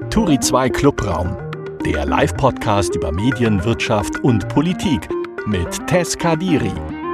Turi 2 Clubraum, der Live-Podcast über Medien, Wirtschaft und Politik mit Tess Kadiri.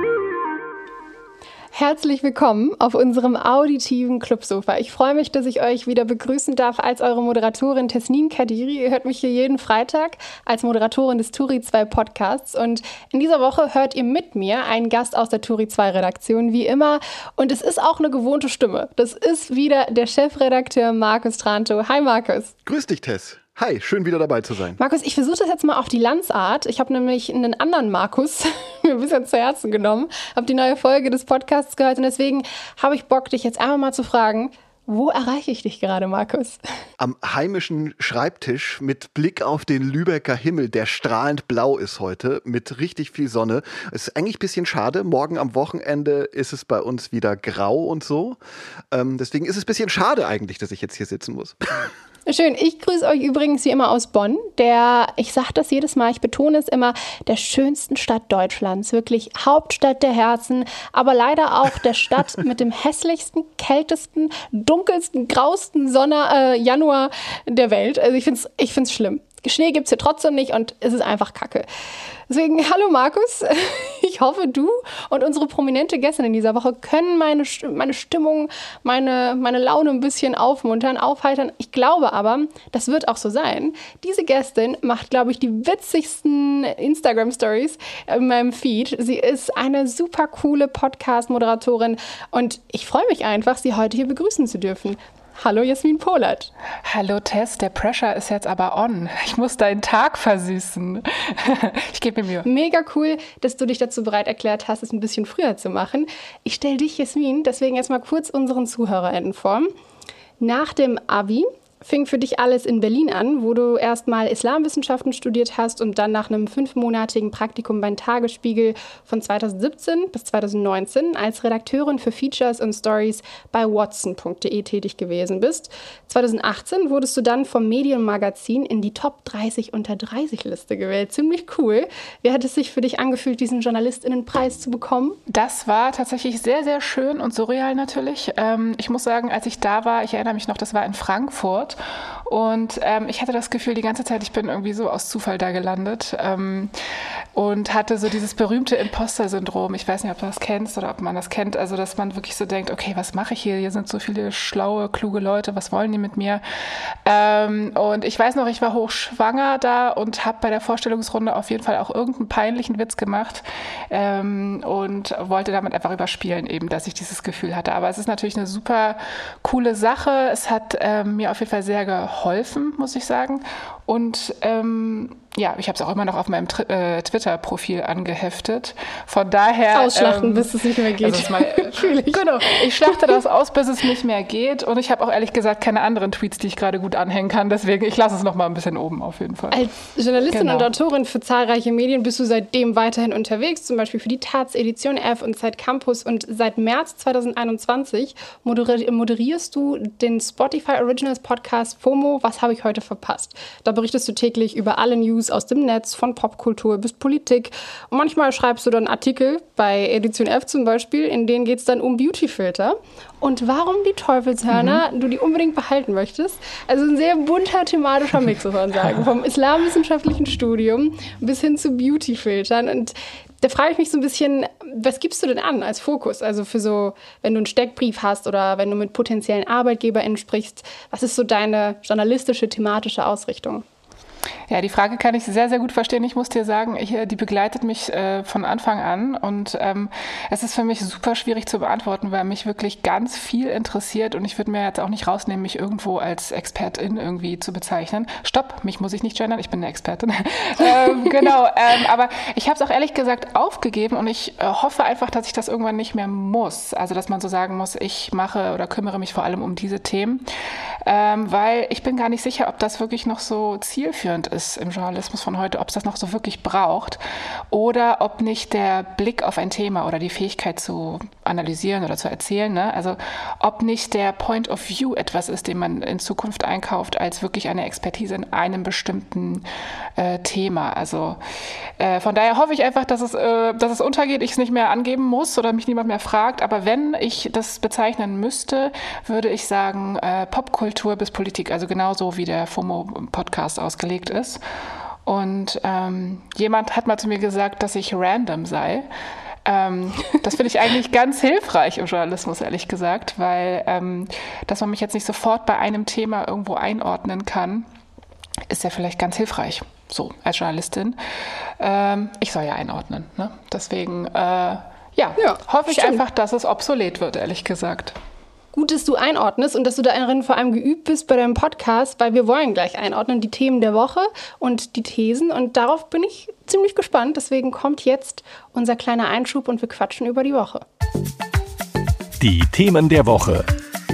Herzlich willkommen auf unserem auditiven Clubsofa. Ich freue mich, dass ich euch wieder begrüßen darf als eure Moderatorin Tesnim Kadiri. Ihr hört mich hier jeden Freitag als Moderatorin des Turi 2 Podcasts. Und in dieser Woche hört ihr mit mir einen Gast aus der Turi 2 Redaktion, wie immer. Und es ist auch eine gewohnte Stimme. Das ist wieder der Chefredakteur Markus Trantow. Hi Markus. Grüß dich, Tess. Hi, schön wieder dabei zu sein. Markus, ich versuche das jetzt mal auf die Landsart. Ich habe nämlich einen anderen Markus mir ein bisschen zu Herzen genommen, habe die neue Folge des Podcasts gehört und deswegen habe ich Bock, dich jetzt einfach mal zu fragen, wo erreiche ich dich gerade, Markus? Am heimischen Schreibtisch mit Blick auf den Lübecker Himmel, der strahlend blau ist heute, mit richtig viel Sonne. Es ist eigentlich ein bisschen schade. Morgen am Wochenende ist es bei uns wieder grau und so. Deswegen ist es ein bisschen schade eigentlich, dass ich jetzt hier sitzen muss. Schön. Ich grüße euch übrigens wie immer aus Bonn, ich sage das jedes Mal, ich betone es immer, der schönsten Stadt Deutschlands, wirklich Hauptstadt der Herzen, aber leider auch der Stadt mit dem hässlichsten, kältesten, dunkelsten, grausten Januar der Welt. Also ich find's schlimm. Schnee gibt's hier trotzdem nicht und es ist einfach Kacke. Deswegen, hallo Markus, ich hoffe, du und unsere prominente Gästin in dieser Woche können meine Stimmung, meine Laune ein bisschen aufmuntern, aufheitern. Ich glaube aber, das wird auch so sein. Diese Gästin macht, glaube ich, die witzigsten Instagram-Stories in meinem Feed. Sie ist eine super coole Podcast-Moderatorin und ich freue mich einfach, sie heute hier begrüßen zu dürfen. Hallo Jasmin Polat. Hallo Tess, der Pressure ist jetzt aber on. Ich muss deinen Tag versüßen. Ich gebe mir Mühe. Mega cool, dass du dich dazu bereit erklärt hast, es ein bisschen früher zu machen. Ich stelle dich, Jasmin, deswegen erstmal kurz unseren ZuhörerInnen vor. Nach dem Abi fing für dich alles in Berlin an, wo du erstmal Islamwissenschaften studiert hast und dann nach einem 5-monatigen Praktikum beim Tagesspiegel von 2017 bis 2019 als Redakteurin für Features und Stories bei watson.de tätig gewesen bist. 2018 wurdest du dann vom Medienmagazin in die Top 30 unter 30 Liste gewählt. Ziemlich cool. Wie hat es sich für dich angefühlt, diesen JournalistInnenpreis zu bekommen? Das war tatsächlich sehr, sehr schön und surreal natürlich. Ich muss sagen, als ich da war, ich erinnere mich noch, das war in Frankfurt. Und ich hatte das Gefühl die ganze Zeit, ich bin irgendwie so aus Zufall da gelandet und hatte so dieses berühmte Imposter-Syndrom. Ich weiß nicht, ob du das kennst oder ob man das kennt. Also, dass man wirklich so denkt, okay, was mache ich hier? Hier sind so viele schlaue, kluge Leute. Was wollen die mit mir? Und ich weiß noch, ich war hochschwanger da und habe bei der Vorstellungsrunde auf jeden Fall auch irgendeinen peinlichen Witz gemacht und wollte damit einfach überspielen eben, dass ich dieses Gefühl hatte. Aber es ist natürlich eine super coole Sache. Es hat mir auf jeden Fall sehr geholfen, muss ich sagen. Und ich habe es auch immer noch auf meinem Twitter-Profil angeheftet. Von daher... Ausschlachten, bis es nicht mehr geht. Genau, ich schlachte das aus, bis es nicht mehr geht. Und ich habe auch ehrlich gesagt keine anderen Tweets, die ich gerade gut anhängen kann. Deswegen, ich lasse es noch mal ein bisschen oben auf jeden Fall. Als Journalistin und Autorin für zahlreiche Medien bist du seitdem weiterhin unterwegs, zum Beispiel für die Taz, Edition F und Zeit Campus. Und seit März 2021 moderierst du den Spotify Originals Podcast FOMO, Was habe ich heute verpasst? Da berichtest du täglich über alle News aus dem Netz, von Popkultur bis Politik. Und manchmal schreibst du dann Artikel, bei Edition F zum Beispiel, in denen geht es dann um Beautyfilter und warum die Teufelshörner du die unbedingt behalten möchtest. Also ein sehr bunter thematischer Mix, muss man sagen. Vom islamwissenschaftlichen Studium bis hin zu Beautyfiltern. Und da frage ich mich so ein bisschen, was gibst du denn an als Fokus? Also für so, wenn du einen Steckbrief hast oder wenn du mit potenziellen ArbeitgeberInnen sprichst, was ist so deine journalistische, thematische Ausrichtung? Ja, die Frage kann ich sehr, sehr gut verstehen. Ich muss dir sagen, die begleitet mich von Anfang an und es ist für mich super schwierig zu beantworten, weil mich wirklich ganz viel interessiert und ich würde mir jetzt auch nicht rausnehmen, mich irgendwo als Expertin irgendwie zu bezeichnen. Stopp, mich muss ich nicht gendern, ich bin eine Expertin. Aber ich habe es auch ehrlich gesagt aufgegeben und ich hoffe einfach, dass ich das irgendwann nicht mehr muss. Also, dass man so sagen muss, ich mache oder kümmere mich vor allem um diese Themen, weil ich bin gar nicht sicher, ob das wirklich noch so zielführend ist. ist im Journalismus von heute, ob es das noch so wirklich braucht oder ob nicht der Blick auf ein Thema oder die Fähigkeit zu analysieren oder zu erzählen, ne? Also ob nicht der Point of View etwas ist, den man in Zukunft einkauft, als wirklich eine Expertise in einem bestimmten Thema. Also von daher hoffe ich einfach, dass es untergeht, ich es nicht mehr angeben muss oder mich niemand mehr fragt. Aber wenn ich das bezeichnen müsste, würde ich sagen Popkultur bis Politik, also genauso wie der FOMO-Podcast ausgelegt ist. Und jemand hat mal zu mir gesagt, dass ich random sei. Das finde ich eigentlich ganz hilfreich im Journalismus, ehrlich gesagt, weil dass man mich jetzt nicht sofort bei einem Thema irgendwo einordnen kann, ist ja vielleicht ganz hilfreich, so als Journalistin. Ich soll ja einordnen, ne? Deswegen hoffe ich einfach, dass es obsolet wird, ehrlich gesagt. Gut, dass du einordnest und dass du darin vor allem geübt bist bei deinem Podcast, weil wir wollen gleich einordnen, die Themen der Woche und die Thesen. Und darauf bin ich ziemlich gespannt. Deswegen kommt jetzt unser kleiner Einschub und wir quatschen über die Woche. Die Themen der Woche.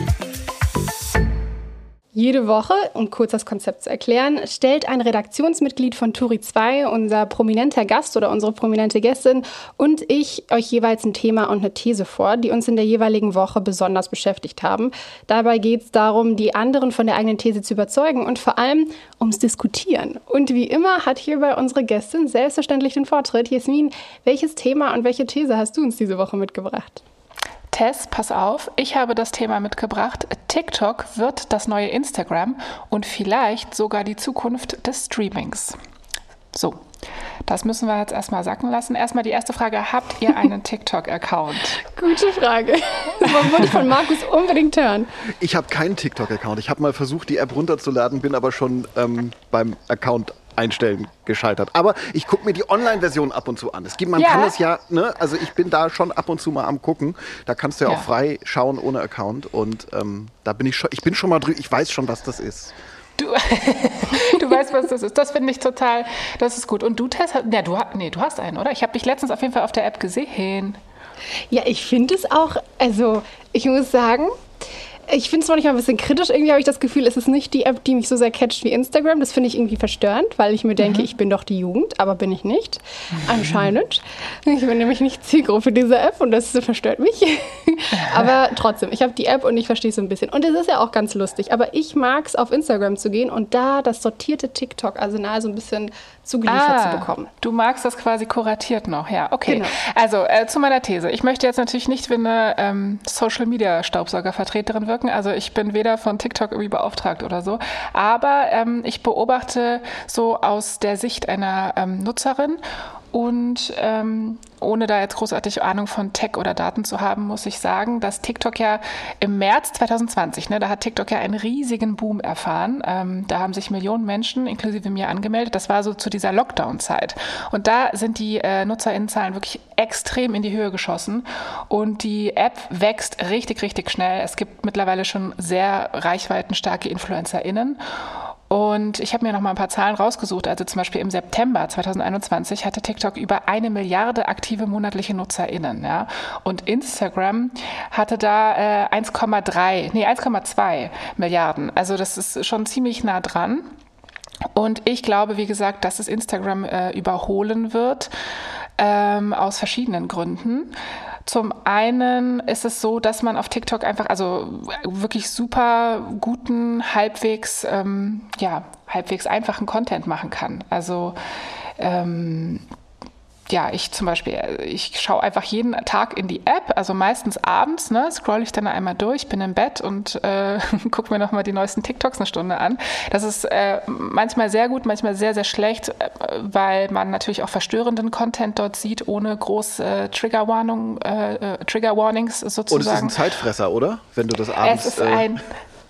Jede Woche, um kurz das Konzept zu erklären, stellt ein Redaktionsmitglied von Turi 2, unser prominenter Gast oder unsere prominente Gästin und ich euch jeweils ein Thema und eine These vor, die uns in der jeweiligen Woche besonders beschäftigt haben. Dabei geht es darum, die anderen von der eigenen These zu überzeugen und vor allem ums Diskutieren. Und wie immer hat hierbei unsere Gästin selbstverständlich den Vortritt. Jasmin, welches Thema und welche These hast du uns diese Woche mitgebracht? Tess, pass auf, ich habe das Thema mitgebracht. TikTok wird das neue Instagram und vielleicht sogar die Zukunft des Streamings. So, das müssen wir jetzt erstmal sacken lassen. Erstmal die erste Frage, habt ihr einen TikTok-Account? Gute Frage. Das wollte ich von Markus unbedingt hören. Ich habe keinen TikTok-Account. Ich habe mal versucht, die App runterzuladen, bin aber schon beim Account einstellen gescheitert. Aber ich gucke mir die Online-Version ab und zu an. Man kann das ja, ne? Also ich bin da schon ab und zu mal am gucken. Da kannst du ja auch frei schauen ohne Account. Und da bin ich bin schon mal drüber. Ich weiß schon, was das ist. Du weißt, was das ist. Das finde ich total, das ist gut. Und du, Tess, du hast einen, oder? Ich habe dich letztens auf jeden Fall auf der App gesehen. Ja, ich finde es auch, also ich muss sagen, ich finde es manchmal ein bisschen kritisch. Irgendwie habe ich das Gefühl, es ist nicht die App, die mich so sehr catcht wie Instagram. Das finde ich irgendwie verstörend, weil ich mir denke, ich bin doch die Jugend, aber bin ich nicht. Anscheinend. Ich bin nämlich nicht Zielgruppe dieser App und das verstört mich. Aber trotzdem, ich habe die App und ich verstehe es so ein bisschen. Und es ist ja auch ganz lustig. Aber ich mag es, auf Instagram zu gehen und da das sortierte TikTok-Arsenal so ein bisschen zugeliefert zu bekommen. Du magst das quasi kuratiert noch, ja. Okay, genau. Also zu meiner These. Ich möchte jetzt natürlich nicht wie eine Social-Media-Staubsauger-Vertreterin wirken. Also ich bin weder von TikTok irgendwie beauftragt oder so. Aber ich beobachte so aus der Sicht einer Nutzerin und ohne da jetzt großartig Ahnung von Tech oder Daten zu haben, muss ich sagen, dass TikTok ja im März 2020, da hat TikTok ja einen riesigen Boom erfahren. Da haben sich Millionen Menschen, inklusive mir, angemeldet. Das war so zu dieser Lockdown-Zeit. Und da sind die NutzerInnenzahlen wirklich extrem in die Höhe geschossen. Und die App wächst richtig, richtig schnell. Es gibt mittlerweile schon sehr reichweitenstarke InfluencerInnen. Und ich habe mir noch mal ein paar Zahlen rausgesucht. Also zum Beispiel im September 2021 hatte TikTok über 1 Milliarde aktive monatliche NutzerInnen. Ja? Und Instagram hatte da 1,2 Milliarden. Also das ist schon ziemlich nah dran. Und ich glaube, wie gesagt, dass es Instagram überholen wird, aus verschiedenen Gründen. Zum einen ist es so, dass man auf TikTok einfach wirklich super guten, halbwegs einfachen Content machen kann. Also ich zum Beispiel, ich schaue einfach jeden Tag in die App, also meistens abends, scroll ich dann einmal durch, bin im Bett und gucke mir nochmal die neuesten TikToks eine Stunde an. Das ist manchmal sehr gut, manchmal sehr, sehr schlecht, weil man natürlich auch verstörenden Content dort sieht, ohne große Trigger Warnings sozusagen. Und es ist ein Zeitfresser, oder? Wenn du das abends... Es ist ein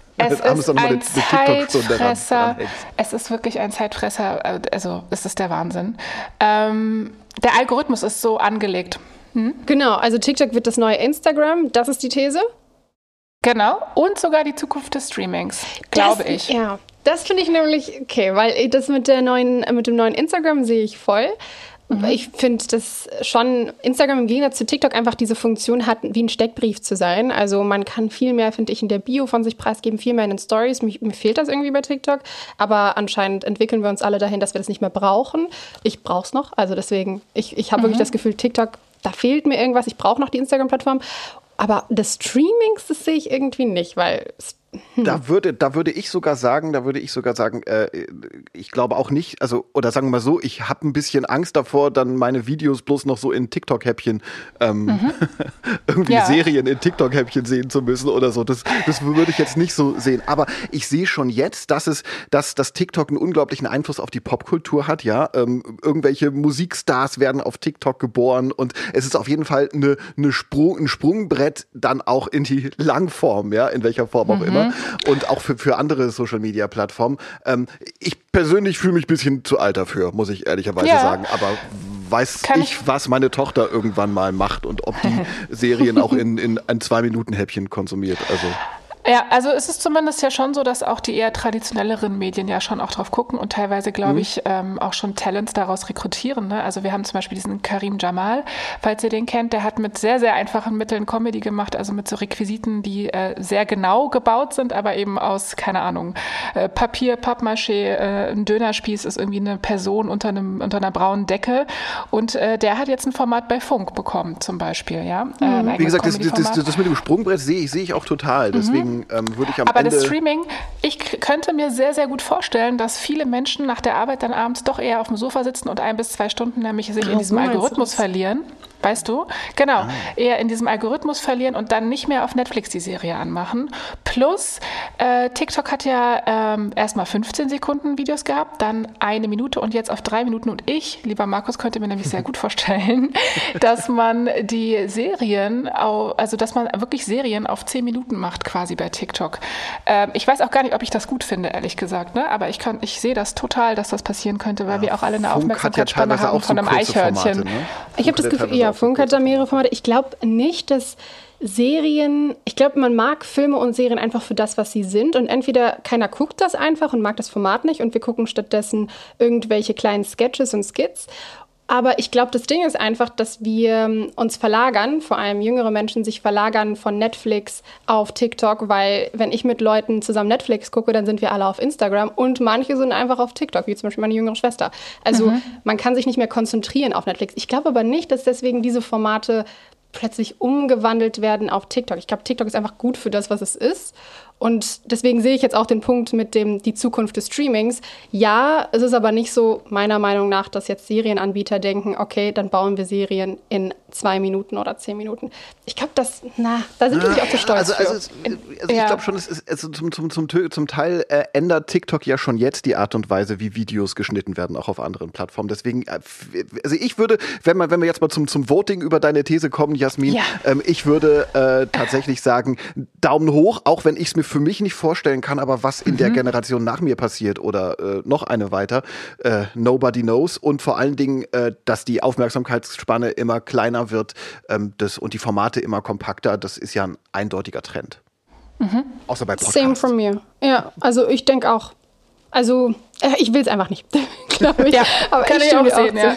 Zeitfresser. Es ist wirklich ein Zeitfresser. Also es ist der Wahnsinn. Der Algorithmus ist so angelegt. Genau, also TikTok wird das neue Instagram. Das ist die These? Genau. Und sogar die Zukunft des Streamings, glaube ich. Ja, das finde ich nämlich okay, weil das mit dem neuen Instagram sehe ich voll. Ich finde, dass schon Instagram im Gegensatz zu TikTok einfach diese Funktion hat, wie ein Steckbrief zu sein. Also man kann viel mehr, finde ich, in der Bio von sich preisgeben, viel mehr in den Stories. Mir fehlt das irgendwie bei TikTok. Aber anscheinend entwickeln wir uns alle dahin, dass wir das nicht mehr brauchen. Ich brauche es noch. Also deswegen, ich habe wirklich das Gefühl, TikTok, da fehlt mir irgendwas. Ich brauche noch die Instagram-Plattform. Aber des Streamings, das sehe ich irgendwie nicht, weil Da würde ich sogar sagen, ich glaube auch nicht, also, oder sagen wir mal so, ich habe ein bisschen Angst davor, dann meine Videos bloß noch so in TikTok-Häppchen, irgendwie Serien in TikTok-Häppchen sehen zu müssen oder so. Das würde ich jetzt nicht so sehen. Aber ich sehe schon jetzt, dass TikTok einen unglaublichen Einfluss auf die Popkultur hat, ja. Irgendwelche Musikstars werden auf TikTok geboren und es ist auf jeden Fall ein Sprungbrett dann auch in die Langform, ja, in welcher Form auch immer. Und auch für andere Social-Media-Plattformen. Ich persönlich fühle mich ein bisschen zu alt dafür, muss ich ehrlicherweise sagen. Aber weiß ich, was meine Tochter irgendwann mal macht und ob die Serien auch in 2-Minuten-Häppchen konsumiert. Ja, also es ist zumindest ja schon so, dass auch die eher traditionelleren Medien ja schon auch drauf gucken und teilweise, glaube ich, auch schon Talents daraus rekrutieren. Ne? Also wir haben zum Beispiel diesen Karim Jamal, falls ihr den kennt, der hat mit sehr, sehr einfachen Mitteln Comedy gemacht, also mit so Requisiten, die sehr genau gebaut sind, aber eben aus, keine Ahnung, Papier, Pappmaché, ein Dönerspieß ist irgendwie eine Person unter einer braunen Decke und der hat jetzt ein Format bei Funk bekommen zum Beispiel. Ja? Wie gesagt, das mit dem Sprungbrett sehe ich auch total, deswegen würde ich am Aber Ende... das Streaming, ich könnte mir sehr, sehr gut vorstellen, dass viele Menschen nach der Arbeit dann abends doch eher auf dem Sofa sitzen und 1 bis 2 Stunden nämlich sich in diesem Algorithmus verlieren. Weißt du? Genau. Eher in diesem Algorithmus verlieren und dann nicht mehr auf Netflix die Serie anmachen. Plus, TikTok hat ja erstmal 15 Sekunden Videos gehabt, dann 1 Minute und jetzt auf 3 Minuten. Und ich, lieber Markus, könnte mir nämlich sehr gut vorstellen, dass man die Serien, also dass man wirklich Serien auf 10 Minuten macht quasi bei TikTok. Ich weiß auch gar nicht, ob ich das gut finde, ehrlich gesagt. Ne? Aber ich sehe das total, dass das passieren könnte, weil wir auch alle eine Aufmerksamkeitsspanne haben von einem Eichhörnchen. Formate, ne? Ich habe das Gefühl, Funk hat da mehrere Formate. Ich glaube nicht, dass Serien, ich glaube, man mag Filme und Serien einfach für das, was sie sind. Und entweder keiner guckt das einfach und mag das Format nicht und wir gucken stattdessen irgendwelche kleinen Sketches und Skits. Aber ich glaube, das Ding ist einfach, dass wir uns verlagern, vor allem jüngere Menschen sich verlagern von Netflix auf TikTok, weil wenn ich mit Leuten zusammen Netflix gucke, dann sind wir alle auf Instagram und manche sind einfach auf TikTok, wie zum Beispiel meine jüngere Schwester. Also man kann sich nicht mehr konzentrieren auf Netflix. Ich glaube aber nicht, dass deswegen diese Formate plötzlich umgewandelt werden auf TikTok. Ich glaube, TikTok ist einfach gut für das, was es ist. Und deswegen sehe ich jetzt auch den Punkt mit die Zukunft des Streamings. Ja, es ist aber nicht so, meiner Meinung nach, dass jetzt Serienanbieter denken, okay, dann bauen wir Serien in 2 Minuten oder 10 Minuten. Ich glaube, da sind die nicht auch zu stolz für. Ich glaube schon, es ist, also zum Teil ändert TikTok ja schon jetzt die Art und Weise, wie Videos geschnitten werden, auch auf anderen Plattformen. Deswegen, also ich würde, wenn wir jetzt mal zum Voting über deine These kommen, Jasmin, ich würde tatsächlich sagen, Daumen hoch, auch wenn ich es mir für mich nicht vorstellen kann, aber was in der Generation nach mir passiert oder noch eine weiter, nobody knows. Und vor allen Dingen, dass die Aufmerksamkeitsspanne immer kleiner wird und die Formate immer kompakter, das ist ja ein eindeutiger Trend. Außer bei Podcasts. Same from me. Ja, also ich denke auch. Also, ich will es einfach nicht, glaube ich. Ja, aber kann ich auch sehen, ja.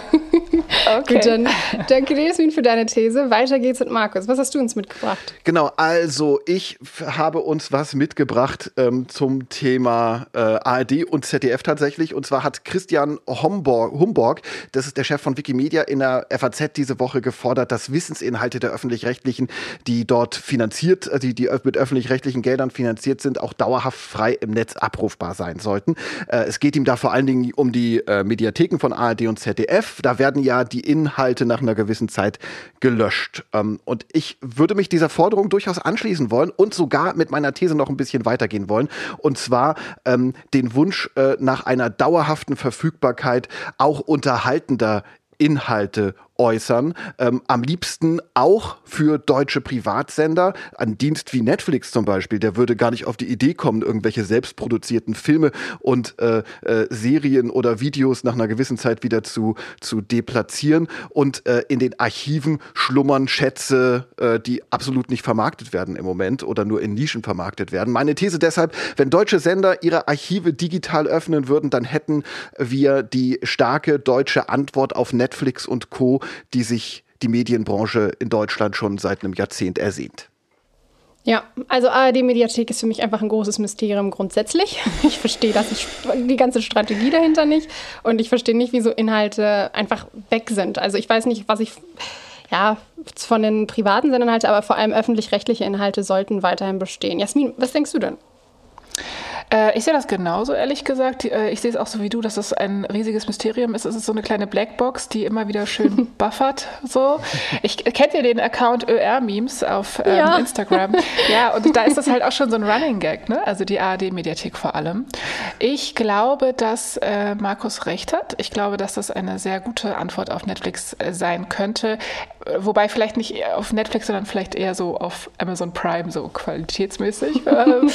Okay. Gut, dann danke dir, Jasmin, für deine These. Weiter geht's mit Markus. Was hast du uns mitgebracht? Genau, also ich habe uns was mitgebracht zum Thema ARD und ZDF tatsächlich. Und zwar hat Christian Humborg, das ist der Chef von Wikimedia, in der FAZ diese Woche gefordert, dass Wissensinhalte der Öffentlich-Rechtlichen, die dort finanziert, die mit öffentlich-rechtlichen Geldern finanziert sind, auch dauerhaft frei im Netz abrufbar sein sollten. Es geht ihm da vor allen Dingen um die Mediatheken von ARD und ZDF. Da werden ja die Inhalte nach einer gewissen Zeit gelöscht. Und ich würde mich dieser Forderung durchaus anschließen wollen und sogar mit meiner These noch ein bisschen weitergehen wollen. Und zwar den Wunsch nach einer dauerhaften Verfügbarkeit auch unterhaltender Inhalte äußern. Am liebsten auch für deutsche Privatsender. Ein Dienst wie Netflix zum Beispiel, der würde gar nicht auf die Idee kommen, irgendwelche selbstproduzierten Filme und Serien oder Videos nach einer gewissen Zeit wieder zu deplatzieren. Und in den Archiven schlummern Schätze, die absolut nicht vermarktet werden im Moment oder nur in Nischen vermarktet werden. Meine These deshalb, wenn deutsche Sender ihre Archive digital öffnen würden, dann hätten wir die starke deutsche Antwort auf Netflix und Co., die sich die Medienbranche in Deutschland schon seit einem Jahrzehnt ersehnt. Ja, also ARD-Mediathek ist für mich einfach ein großes Mysterium grundsätzlich. Ich verstehe die ganze Strategie dahinter nicht und ich verstehe nicht, wieso Inhalte einfach weg sind. Also ich weiß nicht, was ich von den privaten Sendern halte, aber vor allem öffentlich-rechtliche Inhalte sollten weiterhin bestehen. Jasmin, was denkst du denn? Ich sehe das genauso, ehrlich gesagt. Ich sehe es auch so wie du, dass es ein riesiges Mysterium ist. Es ist so eine kleine Blackbox, die immer wieder schön buffert. So. Kennt ihr den Account ÖR-Memes auf Instagram? Ja, und da ist das halt auch schon so ein Running Gag, ne? Also die ARD-Mediathek vor allem. Ich glaube, dass Markus recht hat. Ich glaube, dass das eine sehr gute Antwort auf Netflix sein könnte. Wobei vielleicht nicht auf Netflix, sondern vielleicht eher so auf Amazon Prime, so qualitätsmäßig.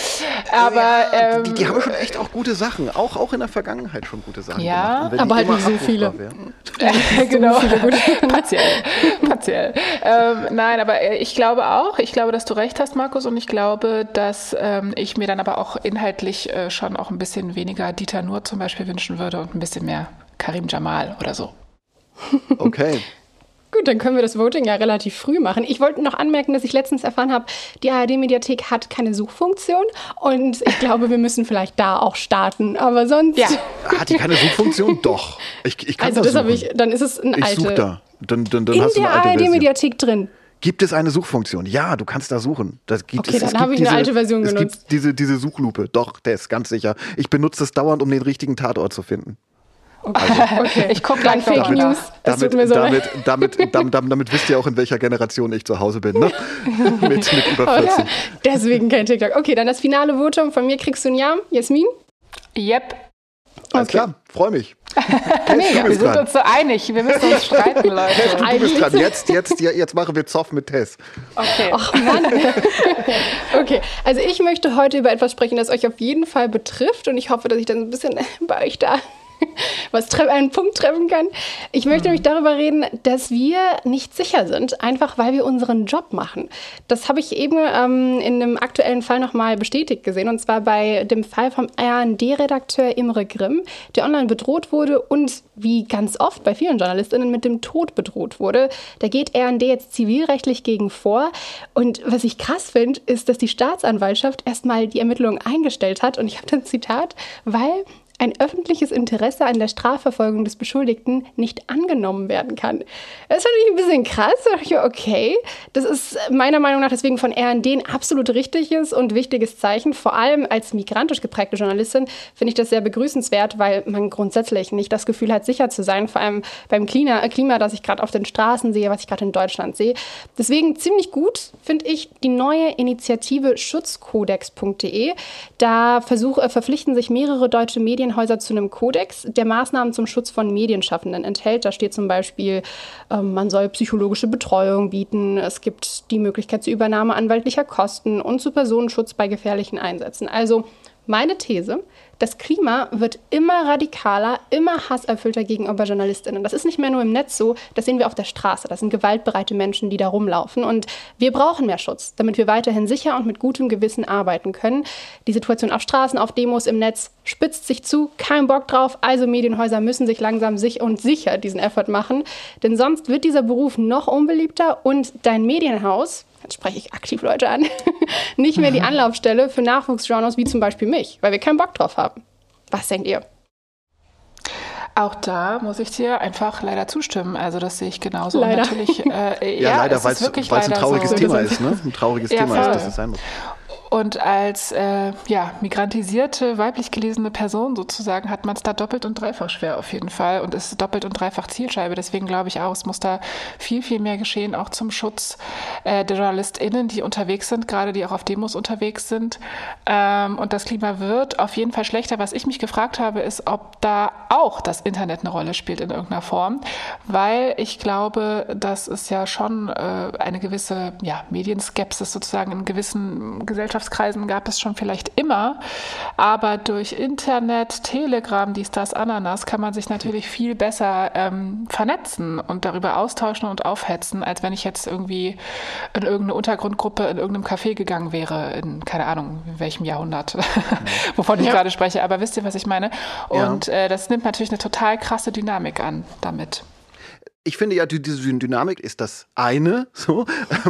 Aber die haben schon echt auch gute Sachen, auch in der Vergangenheit schon gute Sachen gemacht. Aber halt nicht so viele. Genau, partiell. Nein, aber ich glaube, dass du recht hast, Markus, und ich glaube, dass ich mir dann aber auch inhaltlich schon auch ein bisschen weniger Dieter Nuhr zum Beispiel wünschen würde und ein bisschen mehr Karim Jamal oder so. Okay. Gut, dann können wir das Voting ja relativ früh machen. Ich wollte noch anmerken, dass ich letztens erfahren habe, die ARD-Mediathek hat keine Suchfunktion und ich glaube, wir müssen vielleicht da auch starten, aber sonst... Ja. Hat die keine Suchfunktion? Doch. Ich kann also das suchen. Dann ist es ein alte... Ich suche da. Dann in hast du der eine alte ARD-Mediathek drin. Gibt es eine Suchfunktion? Ja, du kannst da suchen. Dann habe ich eine alte Version genutzt. Es gibt diese Suchlupe. Doch, der ist ganz sicher. Ich benutze das dauernd, um den richtigen Tatort zu finden. Okay. Ich gucke gleich Fake News. Das tut mir so leid. Damit wisst ihr auch, in welcher Generation ich zu Hause bin, ne? mit über 40. Ja, deswegen kein TikTok. Okay, dann das finale Votum. Von mir kriegst du ein Ja. Jasmin? Yep. Alles klar, freue mich. Wir sind uns so einig. Wir müssen uns streiten, Leute. Du bist dran. Jetzt machen wir Zoff mit Tess. Okay. Ach Mann. Okay, also ich möchte heute über etwas sprechen, das euch auf jeden Fall betrifft und ich hoffe, dass ich dann ein bisschen bei euch da einen Punkt treffen kann. Ich möchte nämlich darüber reden, dass wir nicht sicher sind, einfach weil wir unseren Job machen. Das habe ich eben in einem aktuellen Fall nochmal bestätigt gesehen, und zwar bei dem Fall vom ARD-Redakteur Imre Grimm, der online bedroht wurde und wie ganz oft bei vielen JournalistInnen mit dem Tod bedroht wurde. Da geht ARD jetzt zivilrechtlich gegen vor. Und was ich krass finde, ist, dass die Staatsanwaltschaft erstmal die Ermittlungen eingestellt hat. Und ich habe dann ein Zitat, weil ein öffentliches Interesse an der Strafverfolgung des Beschuldigten nicht angenommen werden kann. Das fand ich ein bisschen krass. Da dachte ich, okay, das ist meiner Meinung nach deswegen von ARD ein absolut richtiges und wichtiges Zeichen. Vor allem als migrantisch geprägte Journalistin finde ich das sehr begrüßenswert, weil man grundsätzlich nicht das Gefühl hat, sicher zu sein. Vor allem beim Klima, das ich gerade auf den Straßen sehe, was ich gerade in Deutschland sehe. Deswegen ziemlich gut finde ich die neue Initiative schutzkodex.de. Da verpflichten sich mehrere deutsche Medienhäuser zu einem Kodex, der Maßnahmen zum Schutz von Medienschaffenden enthält. Da steht zum Beispiel, man soll psychologische Betreuung bieten, es gibt die Möglichkeit zur Übernahme anwaltlicher Kosten und zu Personenschutz bei gefährlichen Einsätzen. Also meine These, das Klima wird immer radikaler, immer hasserfüllter gegenüber JournalistInnen. Das ist nicht mehr nur im Netz so, das sehen wir auf der Straße. Das sind gewaltbereite Menschen, die da rumlaufen. Und wir brauchen mehr Schutz, damit wir weiterhin sicher und mit gutem Gewissen arbeiten können. Die Situation auf Straßen, auf Demos, im Netz spitzt sich zu, kein Bock drauf. Also Medienhäuser müssen sich langsam sicher diesen Effort machen. Denn sonst wird dieser Beruf noch unbeliebter und dein Medienhaus, jetzt spreche ich aktiv Leute an, nicht mehr die Anlaufstelle für Nachwuchsjournals wie zum Beispiel mich, weil wir keinen Bock drauf haben. Was denkt ihr? Auch da muss ich dir einfach leider zustimmen. Also das sehe ich genauso. Leider. Und natürlich, leider, weil es ein trauriges Thema ist, ne? Ein trauriges Thema ist, dass es sein muss. Und als migrantisierte, weiblich gelesene Person sozusagen hat man es da doppelt und dreifach schwer auf jeden Fall und ist doppelt und dreifach Zielscheibe. Deswegen glaube ich auch, es muss da viel, viel mehr geschehen, auch zum Schutz der JournalistInnen, die unterwegs sind, gerade die auch auf Demos unterwegs sind. Und das Klima wird auf jeden Fall schlechter. Was ich mich gefragt habe, ist, ob da auch das Internet eine Rolle spielt in irgendeiner Form, weil ich glaube, dass es ja schon eine gewisse Medienskepsis sozusagen in gewissen Gesellschaftskreisen gab es schon vielleicht immer, aber durch Internet, Telegram, dies, das, Ananas kann man sich natürlich viel besser vernetzen und darüber austauschen und aufhetzen, als wenn ich jetzt irgendwie in irgendeine Untergrundgruppe in irgendeinem Café gegangen wäre, in keine Ahnung, in welchem Jahrhundert, wovon ich gerade spreche, aber wisst ihr, was ich meine? Und das nimmt natürlich eine total krasse Dynamik an damit. Ich finde ja, diese Dynamik ist das eine, so.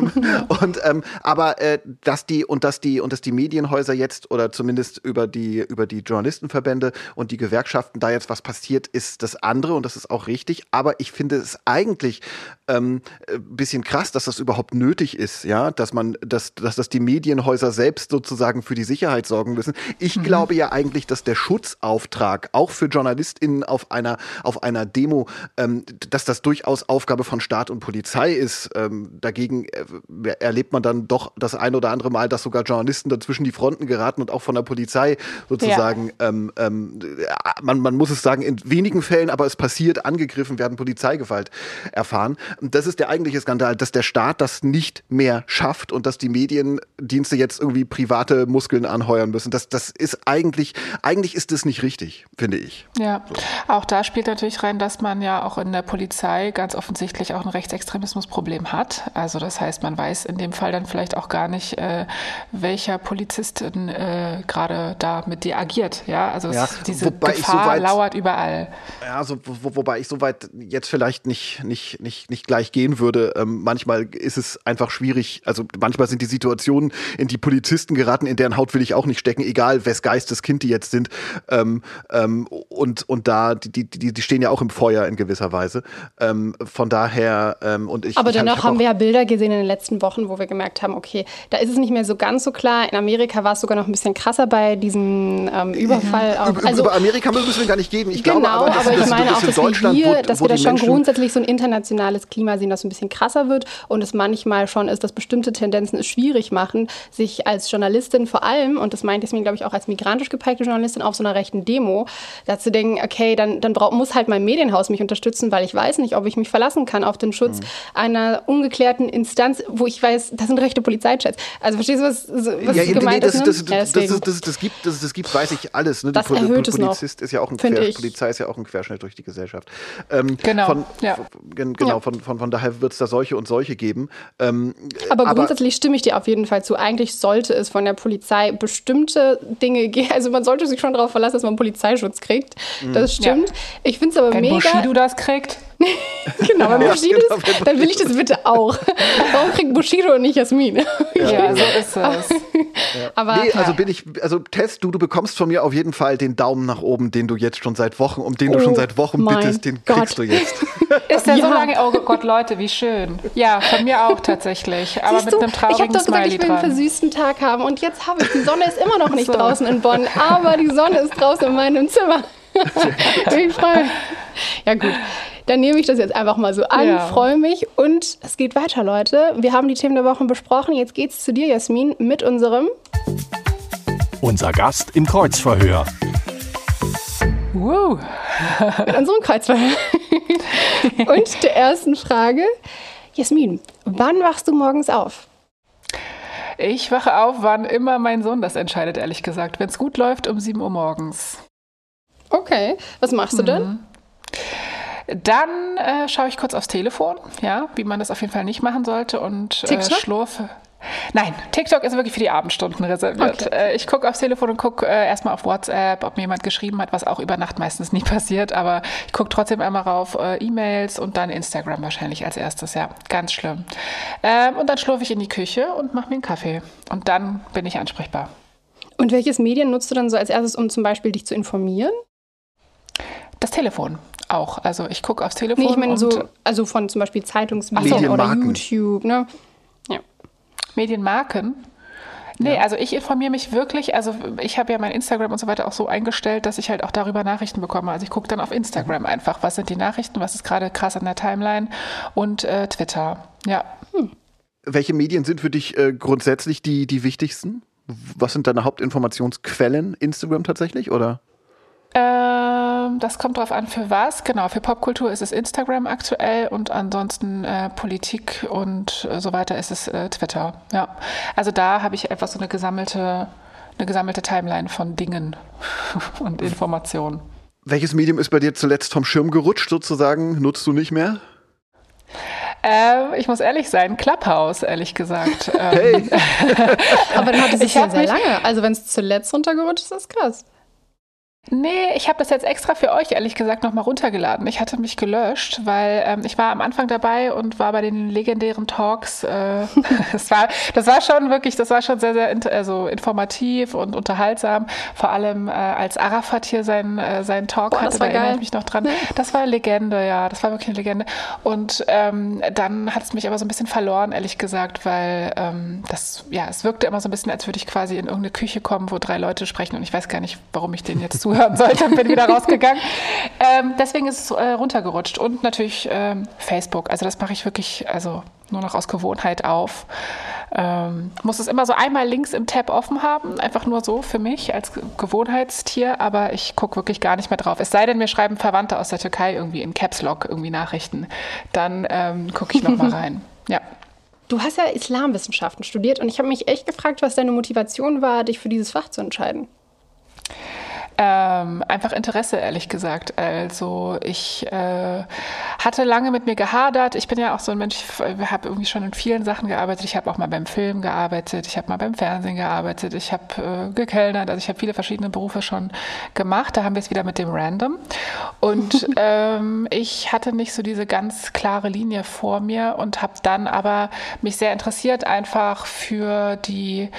Aber dass die Medienhäuser jetzt oder zumindest über die Journalistenverbände und die Gewerkschaften da jetzt was passiert, ist das andere und das ist auch richtig. Aber ich finde es eigentlich ein bisschen krass, dass das überhaupt nötig ist, ja, dass die Medienhäuser selbst sozusagen für die Sicherheit sorgen müssen. Ich glaube ja eigentlich, dass der Schutzauftrag auch für JournalistInnen auf einer Demo, dass das durchaus Aufgabe von Staat und Polizei ist. Dagegen erlebt man dann doch das ein oder andere Mal, dass sogar Journalisten dazwischen die Fronten geraten und auch von der Polizei sozusagen, man muss es sagen, in wenigen Fällen, aber es passiert, angegriffen werden, Polizeigewalt erfahren. Und das ist der eigentliche Skandal, dass der Staat das nicht mehr schafft und dass die Mediendienste jetzt irgendwie private Muskeln anheuern müssen. Das ist eigentlich ist das nicht richtig, finde ich. Ja, auch da spielt natürlich rein, dass man ja auch in der Polizei ganz offensichtlich auch ein Rechtsextremismusproblem hat. Also das heißt, man weiß in dem Fall dann vielleicht auch gar nicht, welcher Polizistin gerade da mit dir agiert. Ja, also diese Gefahr lauert überall. Ja, wobei ich so weit jetzt vielleicht nicht gleich gehen würde. Manchmal ist es einfach schwierig. Also manchmal sind die Situationen, in die Polizisten geraten, in deren Haut will ich auch nicht stecken, egal wes Geisteskind die jetzt sind. Und da, die stehen ja auch im Feuer in gewisser Weise. Von daher Aber dennoch haben wir ja Bilder gesehen in den letzten Wochen, wo wir gemerkt haben, okay, da ist es nicht mehr so ganz so klar. In Amerika war es sogar noch ein bisschen krasser bei diesem Überfall. Über Amerika müssen wir gar nicht gehen. Ich glaube aber, ich meine auch, dass wir da schon grundsätzlich so ein internationales Klima sehen, das so ein bisschen krasser wird und es manchmal schon ist, dass bestimmte Tendenzen es schwierig machen, sich als Journalistin vor allem, und das meint Jasmin, glaube ich, auch als migrantisch geprägte Journalistin auf so einer rechten Demo, dazu denken, okay, dann muss halt mein Medienhaus mich unterstützen, weil ich weiß nicht, ob ich mich verlassen kann auf den Schutz einer ungeklärten Instanz, wo ich weiß, das sind rechte Polizeichats. Also verstehst du, was gemeint ist? Das gibt, weiß ich alles. Ne? Das erhöht es noch. Ist ja auch Polizei ist ja auch ein Querschnitt durch die Gesellschaft. Von daher wird es da solche und solche geben. Aber grundsätzlich stimme ich dir auf jeden Fall zu. Eigentlich sollte es von der Polizei bestimmte Dinge geben. Also man sollte sich schon darauf verlassen, dass man Polizeischutz kriegt. Das stimmt. Ja. Ich finde es aber mega. Wenn Bushido das kriegt. Genau, wenn Bushido das, dann will ich das bitte auch. Warum kriegt Bushido und nicht Jasmin? Ja, so ist es. Aber Tess, du bekommst von mir auf jeden Fall den Daumen nach oben, den du jetzt schon seit Wochen, bittest, den kriegst du jetzt. Ist der so lange? Oh Gott, Leute, wie schön. Ja, von mir auch tatsächlich, aber mit einem traurigen Smiley dran. Ich habe doch gesagt, ich will einen versüßten Tag haben und jetzt habe ich, die Sonne ist immer noch nicht draußen in Bonn, aber die Sonne ist draußen in meinem Zimmer. Ich freue mich. Ja gut, dann nehme ich das jetzt einfach mal so an, freue mich und es geht weiter, Leute. Wir haben die Themen der Woche besprochen, jetzt geht's zu dir, Jasmin, mit unserem Unser Gast im Kreuzverhör. Mit unserem Kreuzverhör. Und der ersten Frage, Jasmin, wann wachst du morgens auf? Ich wache auf, wann immer mein Sohn das entscheidet, ehrlich gesagt. Wenn es gut läuft, um 7 Uhr morgens. Okay, was machst du denn? Dann schaue ich kurz aufs Telefon, ja, wie man das auf jeden Fall nicht machen sollte und schlurfe. Nein, TikTok ist wirklich für die Abendstunden reserviert. Okay. Ich gucke aufs Telefon und gucke erstmal auf WhatsApp, ob mir jemand geschrieben hat, was auch über Nacht meistens nie passiert, aber ich gucke trotzdem einmal rauf, E-Mails und dann Instagram wahrscheinlich als erstes, ja, ganz schlimm. Und dann schlurfe ich in die Küche und mache mir einen Kaffee und dann bin ich ansprechbar. Und welches Medien nutzt du dann so als erstes, um zum Beispiel dich zu informieren? Das Telefon auch. Also ich gucke aufs Telefon. Nee, ich meine also von zum Beispiel Zeitungsmedien oder YouTube, ne? Ja. Medienmarken? Nee, also ich informiere mich wirklich, also ich habe ja mein Instagram und so weiter auch so eingestellt, dass ich halt auch darüber Nachrichten bekomme. Also ich gucke dann auf Instagram einfach, was sind die Nachrichten, was ist gerade krass an der Timeline und Twitter, ja. Welche Medien sind für dich grundsätzlich die wichtigsten? Was sind deine Hauptinformationsquellen? Instagram tatsächlich, oder? Das kommt drauf an, für was. Genau, für Popkultur ist es Instagram aktuell und ansonsten Politik und so weiter ist es Twitter. Ja, also da habe ich einfach so eine gesammelte Timeline von Dingen und Informationen. Welches Medium ist bei dir zuletzt vom Schirm gerutscht sozusagen? Nutzt du nicht mehr? Ich muss ehrlich sein, Clubhouse, ehrlich gesagt. Hey. Aber dann hat es ja sehr lange. Also wenn es zuletzt runtergerutscht ist, ist krass. Nee, ich habe das jetzt extra für euch, ehrlich gesagt, nochmal runtergeladen. Ich hatte mich gelöscht, weil ich war am Anfang dabei und war bei den legendären Talks. Das war schon sehr, sehr informativ und unterhaltsam. Vor allem als Arafat hier seinen Talk hatte, da erinnere ich mich noch dran. Nee. Das war eine Legende, ja, das war wirklich eine Legende. Und dann hat es mich aber so ein bisschen verloren, ehrlich gesagt, weil es wirkte immer so ein bisschen, als würde ich quasi in irgendeine Küche kommen, wo 3 Leute sprechen und ich weiß gar nicht, warum ich denen jetzt zuhören sollte und bin wieder rausgegangen. Deswegen ist es runtergerutscht. Und natürlich Facebook. Also das mache ich wirklich nur noch aus Gewohnheit auf. Muss es immer so einmal links im Tab offen haben. Einfach nur so für mich als Gewohnheitstier. Aber ich gucke wirklich gar nicht mehr drauf. Es sei denn, mir schreiben Verwandte aus der Türkei irgendwie in Caps Lock irgendwie Nachrichten. Dann gucke ich noch mal rein. Ja. Du hast ja Islamwissenschaften studiert und ich habe mich echt gefragt, was deine Motivation war, dich für dieses Fach zu entscheiden. Einfach Interesse, ehrlich gesagt. Also ich hatte lange mit mir gehadert. Ich bin ja auch so ein Mensch, ich habe irgendwie schon in vielen Sachen gearbeitet. Ich habe auch mal beim Film gearbeitet, ich habe mal beim Fernsehen gearbeitet, ich habe gekellnert, also ich habe viele verschiedene Berufe schon gemacht. Da haben wir es wieder mit dem Random. Und ich hatte nicht so diese ganz klare Linie vor mir und habe dann aber mich sehr interessiert einfach für die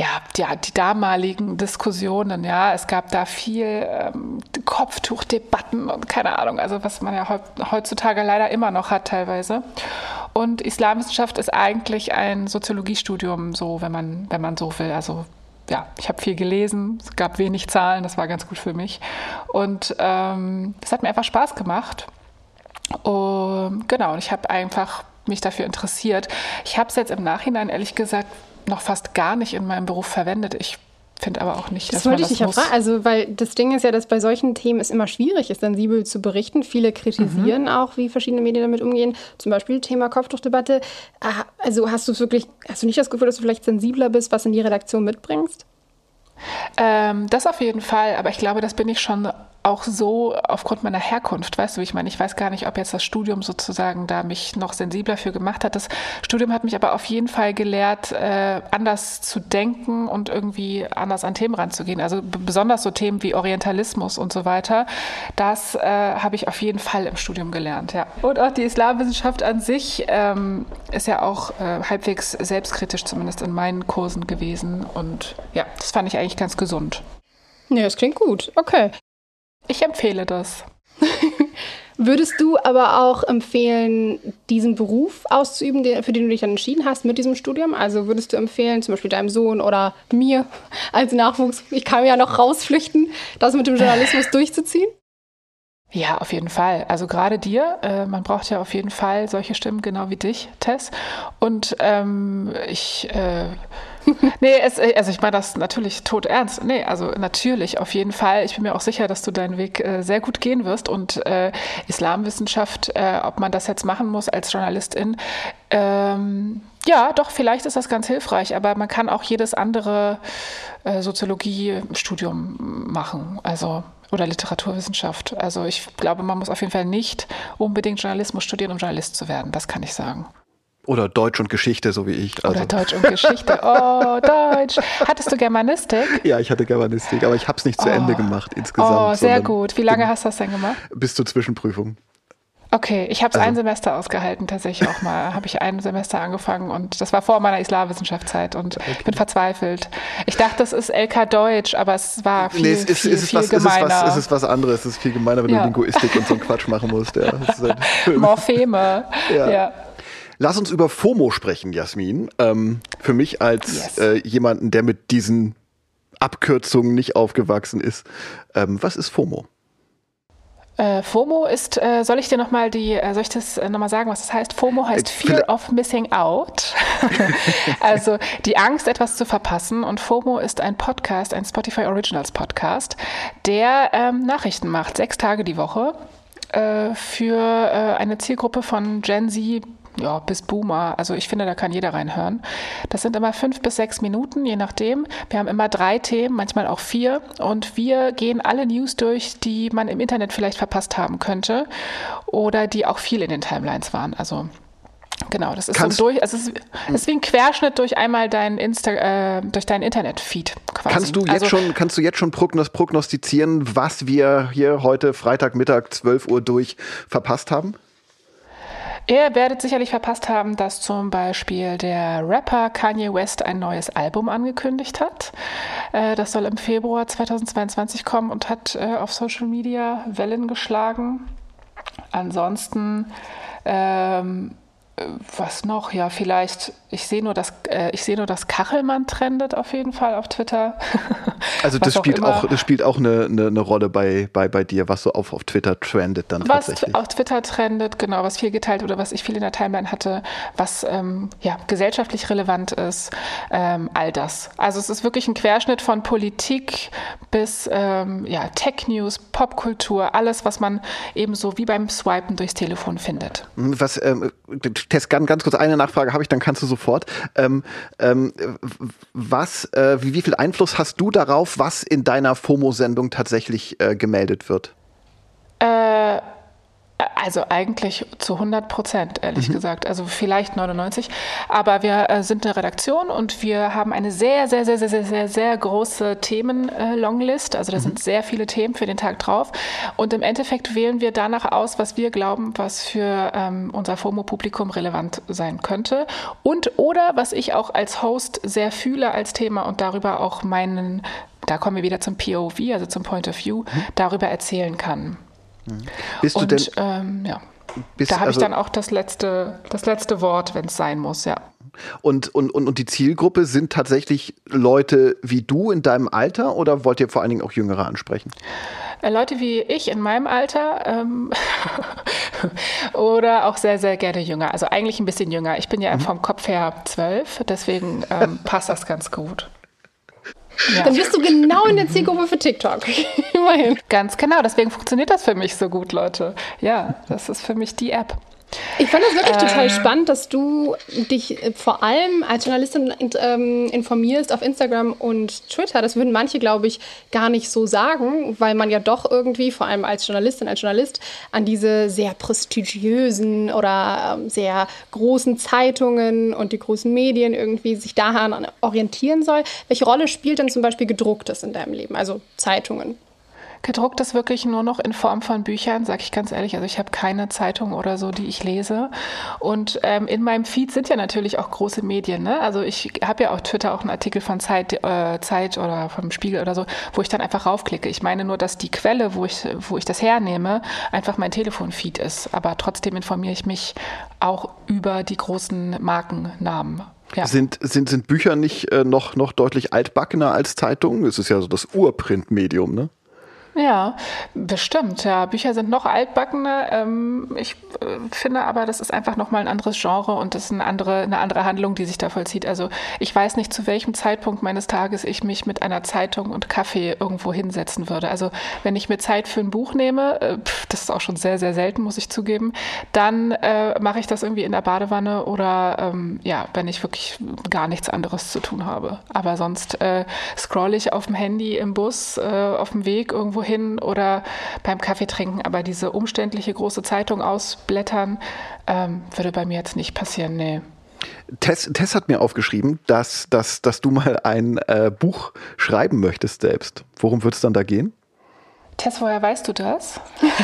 damaligen Diskussionen. Ja, es gab da viel Kopftuchdebatten und keine Ahnung, also was man ja heutzutage leider immer noch hat teilweise. Und Islamwissenschaft ist eigentlich ein Soziologiestudium, so wenn man so will. Also ja, ich habe viel gelesen, es gab wenig Zahlen, das war ganz gut für mich. Und das hat mir einfach Spaß gemacht. Und ich habe einfach mich dafür interessiert. Ich habe es jetzt im Nachhinein, ehrlich gesagt, noch fast gar nicht in meinem Beruf verwendet. Ich finde aber auch nicht, dass man das muss. Das wollte ich dich ja fragen, also weil das Ding ist ja, dass bei solchen Themen es immer schwierig ist, sensibel zu berichten. Viele kritisieren auch, wie verschiedene Medien damit umgehen. Zum Beispiel Thema Kopftuchdebatte. Also hast du nicht das Gefühl, dass du vielleicht sensibler bist, was in die Redaktion mitbringst? Das auf jeden Fall, aber ich glaube, das bin ich schon auch so aufgrund meiner Herkunft, weißt du, wie ich meine? Ich weiß gar nicht, ob jetzt das Studium sozusagen da mich noch sensibler für gemacht hat. Das Studium hat mich aber auf jeden Fall gelehrt, anders zu denken und irgendwie anders an Themen ranzugehen. Also besonders so Themen wie Orientalismus und so weiter, das habe ich auf jeden Fall im Studium gelernt, ja. Und auch die Islamwissenschaft an sich ist ja auch halbwegs selbstkritisch, zumindest in meinen Kursen gewesen. Und ja, das fand ich eigentlich ganz gesund. Ja, das klingt gut. Okay. Ich empfehle das. Würdest du aber auch empfehlen, diesen Beruf auszuüben, für den du dich dann entschieden hast mit diesem Studium? Also würdest du empfehlen, zum Beispiel deinem Sohn oder mir als Nachwuchs, ich kann ja noch rausflüchten, das mit dem Journalismus durchzuziehen? Ja, auf jeden Fall. Also gerade dir, man braucht ja auf jeden Fall solche Stimmen, genau wie dich, Tess. Und ich meine das natürlich todernst. Nee, also natürlich, auf jeden Fall. Ich bin mir auch sicher, dass du deinen Weg sehr gut gehen wirst. Und Islamwissenschaft, ob man das jetzt machen muss als Journalistin, ja, doch, vielleicht ist das ganz hilfreich. Aber man kann auch jedes andere Soziologiestudium machen. Oder Literaturwissenschaft. Also ich glaube, man muss auf jeden Fall nicht unbedingt Journalismus studieren, um Journalist zu werden. Das kann ich sagen. Oder Deutsch und Geschichte, so wie ich. Oder Deutsch und Geschichte. Oh, Deutsch. Hattest du Germanistik? Ja, ich hatte Germanistik, aber ich habe es nicht zu Ende gemacht insgesamt. Oh, sehr gut. Wie lange hast du das denn gemacht? Bis zur Zwischenprüfung. Okay, ich habe es ein Semester ausgehalten, tatsächlich auch mal. Habe ich ein Semester angefangen und das war vor meiner Islamwissenschaftszeit und bin verzweifelt. Ich dachte, das ist LK Deutsch, aber es war viel gemeiner. Es ist was anderes, es ist viel gemeiner, wenn du Linguistik und so einen Quatsch machen musst. Ja. Morpheme, ja. Lass uns über FOMO sprechen, Jasmin. Für mich als jemanden, der mit diesen Abkürzungen nicht aufgewachsen ist, was ist FOMO? FOMO ist, soll ich das nochmal sagen, was das heißt? FOMO heißt Fear of Missing Out. Also die Angst, etwas zu verpassen. Und FOMO ist ein Podcast, ein Spotify Originals Podcast, der Nachrichten macht, 6 Tage die Woche für eine Zielgruppe von Gen Z bis Boomer. Also ich finde, da kann jeder reinhören. Das sind immer 5 bis 6 Minuten, je nachdem. Wir haben immer 3 Themen, manchmal auch 4. Und wir gehen alle News durch, die man im Internet vielleicht verpasst haben könnte oder die auch viel in den Timelines waren. Also genau, das ist es ist wie ein Querschnitt durch einmal durch deinen Internet-Feed quasi. Kannst du jetzt schon prognostizieren, was wir hier heute Freitagmittag 12 Uhr durch verpasst haben? Ihr werdet sicherlich verpasst haben, dass zum Beispiel der Rapper Kanye West ein neues Album angekündigt hat. Das soll im Februar 2022 kommen und hat auf Social Media Wellen geschlagen. Ansonsten, was noch? Ja, vielleicht, ich sehe nur, dass Kachelmann trendet auf jeden Fall auf Twitter. Also das spielt auch eine Rolle bei dir, was so auf Twitter trendet dann tatsächlich. Was auf Twitter trendet, genau, was viel geteilt oder was ich viel in der Timeline hatte, was gesellschaftlich relevant ist, all das. Also es ist wirklich ein Querschnitt von Politik bis Tech-News, Popkultur, alles, was man eben so wie beim Swipen durchs Telefon findet. Tess, ganz kurz eine Nachfrage habe ich, dann kannst du sofort. Wie viel Einfluss hast du darauf, was in deiner FOMO-Sendung tatsächlich gemeldet wird? Also eigentlich zu 100%, ehrlich gesagt. Also vielleicht 99%. Aber wir sind eine Redaktion und wir haben eine sehr, sehr, sehr, sehr, sehr, sehr, sehr große Themen-Longlist. Also da sind sehr viele Themen für den Tag drauf. Und im Endeffekt wählen wir danach aus, was wir glauben, was für unser FOMO-Publikum relevant sein könnte. Oder was ich auch als Host sehr fühle als Thema und darüber auch da kommen wir wieder zum POV, also zum Point of View, darüber erzählen kann. Bist du denn? Da habe ich dann auch das letzte Wort, wenn es sein muss, ja. Und die Zielgruppe sind tatsächlich Leute wie du in deinem Alter oder wollt ihr vor allen Dingen auch Jüngere ansprechen? Leute wie ich in meinem Alter oder auch sehr, sehr gerne jünger. Also eigentlich ein bisschen jünger. Ich bin ja vom Kopf her 12, deswegen passt das ganz gut. Ja. Dann bist du genau in der Zielgruppe für TikTok. Immerhin. Ganz genau, deswegen funktioniert das für mich so gut, Leute. Ja, das ist für mich die App. Ich fand das wirklich total spannend, dass du dich vor allem als Journalistin informierst auf Instagram und Twitter. Das würden manche, glaube ich, gar nicht so sagen, weil man ja doch irgendwie, vor allem als Journalistin, als Journalist, an diese sehr prestigiösen oder sehr großen Zeitungen und die großen Medien irgendwie sich daran orientieren soll. Welche Rolle spielt denn zum Beispiel Gedrucktes in deinem Leben, also Zeitungen? Gedruckt ist wirklich nur noch in Form von Büchern, sage ich ganz ehrlich. Also ich habe keine Zeitung oder so, die ich lese. Und in meinem Feed sind ja natürlich auch große Medien. Ne? Also ich habe ja auf Twitter auch einen Artikel von Zeit oder vom Spiegel oder so, wo ich dann einfach raufklicke. Ich meine nur, dass die Quelle, wo ich das hernehme, einfach mein Telefonfeed ist. Aber trotzdem informiere ich mich auch über die großen Markennamen. Ja. Sind Bücher nicht noch deutlich altbackener als Zeitungen? Es ist ja so das Urprintmedium, ne? Ja, bestimmt. Ja, Bücher sind noch altbackener. Ich finde aber, das ist einfach nochmal ein anderes Genre und das ist eine andere Handlung, die sich da vollzieht. Also ich weiß nicht, zu welchem Zeitpunkt meines Tages ich mich mit einer Zeitung und Kaffee irgendwo hinsetzen würde. Also wenn ich mir Zeit für ein Buch nehme, das ist auch schon sehr, sehr selten, muss ich zugeben, dann mache ich das irgendwie in der Badewanne oder wenn ich wirklich gar nichts anderes zu tun habe. Aber sonst scrolle ich auf dem Handy im Bus, auf dem Weg irgendwo hin oder beim Kaffee trinken, aber diese umständliche große Zeitung ausblättern, würde bei mir jetzt nicht passieren, nee. Tess hat mir aufgeschrieben, dass du mal ein Buch schreiben möchtest selbst. Worum wird es dann da gehen? Tess, woher weißt du das?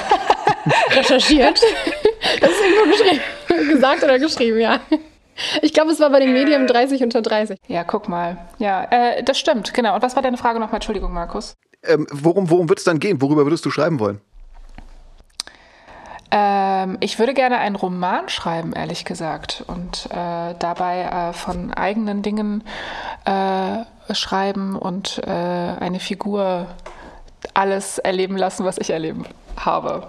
Recherchiert. Das ist irgendwo gesagt oder geschrieben, ja. Ich glaube, es war bei den Medien 30 unter 30. Ja, guck mal. Ja, das stimmt, genau. Und was war deine Frage nochmal? Entschuldigung, Markus. Worum wird es dann gehen? Worüber würdest du schreiben wollen? Ich würde gerne einen Roman schreiben, ehrlich gesagt, und dabei von eigenen Dingen schreiben und eine Figur alles erleben lassen, was ich erleben habe.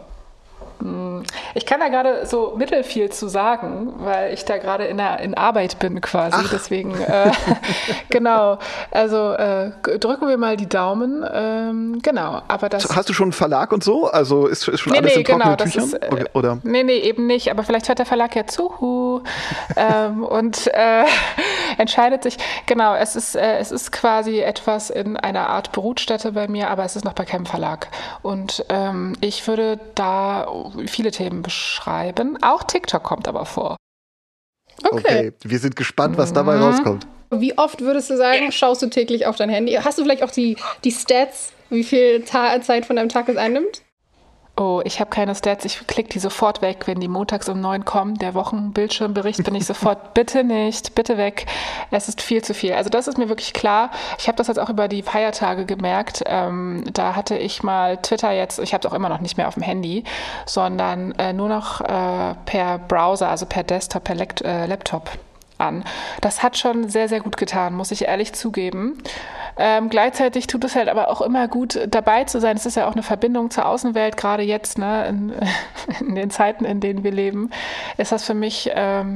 Ich kann da gerade so mittelfiel zu sagen, weil ich da gerade in Arbeit bin quasi. Ach. Deswegen, genau. Also drücken wir mal die Daumen. Genau. Aber das hast du schon einen Verlag und so? Also ist schon alles in trockenen Tüchern? Oder? Nee, eben nicht. Aber vielleicht hört der Verlag ja zu und entscheidet sich. Genau, es ist quasi etwas in einer Art Brutstätte bei mir, aber es ist noch bei keinem Verlag. Und ich würde da viele Themen beschreiben. Auch TikTok kommt aber vor. Okay. Wir sind gespannt, was dabei rauskommt. Wie oft würdest du sagen, schaust du täglich auf dein Handy? Hast du vielleicht auch die Stats, wie viel Zeit von deinem Tag es einnimmt? Oh, ich habe keine Stats. Ich klicke die sofort weg, wenn die montags um 9 kommen. Der Wochenbildschirmbericht bin ich sofort, bitte nicht, bitte weg. Es ist viel zu viel. Also das ist mir wirklich klar. Ich habe das jetzt auch über die Feiertage gemerkt. Da hatte ich mal Twitter jetzt, ich habe es auch immer noch nicht mehr auf dem Handy, sondern nur noch per Browser, also per Desktop, per Laptop an. Das hat schon sehr, sehr gut getan, muss ich ehrlich zugeben. Gleichzeitig tut es halt aber auch immer gut, dabei zu sein. Es ist ja auch eine Verbindung zur Außenwelt, gerade jetzt, ne, in den Zeiten, in denen wir leben, ist das für mich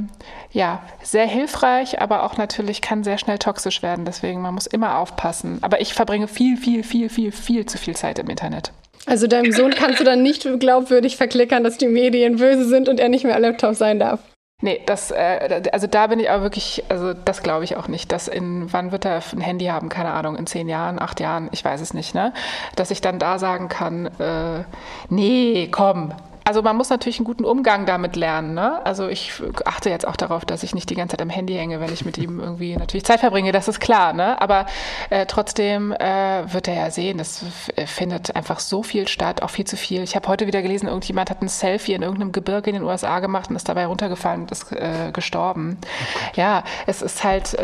sehr hilfreich, aber auch natürlich kann sehr schnell toxisch werden. Deswegen, man muss immer aufpassen. Aber ich verbringe viel zu viel Zeit im Internet. Also deinem Sohn kannst du dann nicht glaubwürdig verklickern, dass die Medien böse sind und er nicht mehr am Laptop sein darf? Nee, also da bin ich aber wirklich, also das glaube ich auch nicht, wann wird er ein Handy haben, keine Ahnung, in 10 Jahren, 8 Jahren, ich weiß es nicht, ne? Dass ich dann da sagen kann, nee, komm. Also man muss natürlich einen guten Umgang damit lernen, ne? Also ich achte jetzt auch darauf, dass ich nicht die ganze Zeit am Handy hänge, wenn ich mit ihm irgendwie natürlich Zeit verbringe, das ist klar, ne? Aber trotzdem wird er ja sehen, es findet einfach so viel statt, auch viel zu viel. Ich habe heute wieder gelesen, irgendjemand hat ein Selfie in irgendeinem Gebirge in den USA gemacht und ist dabei runtergefallen und ist gestorben. Okay. Ja, es ist halt...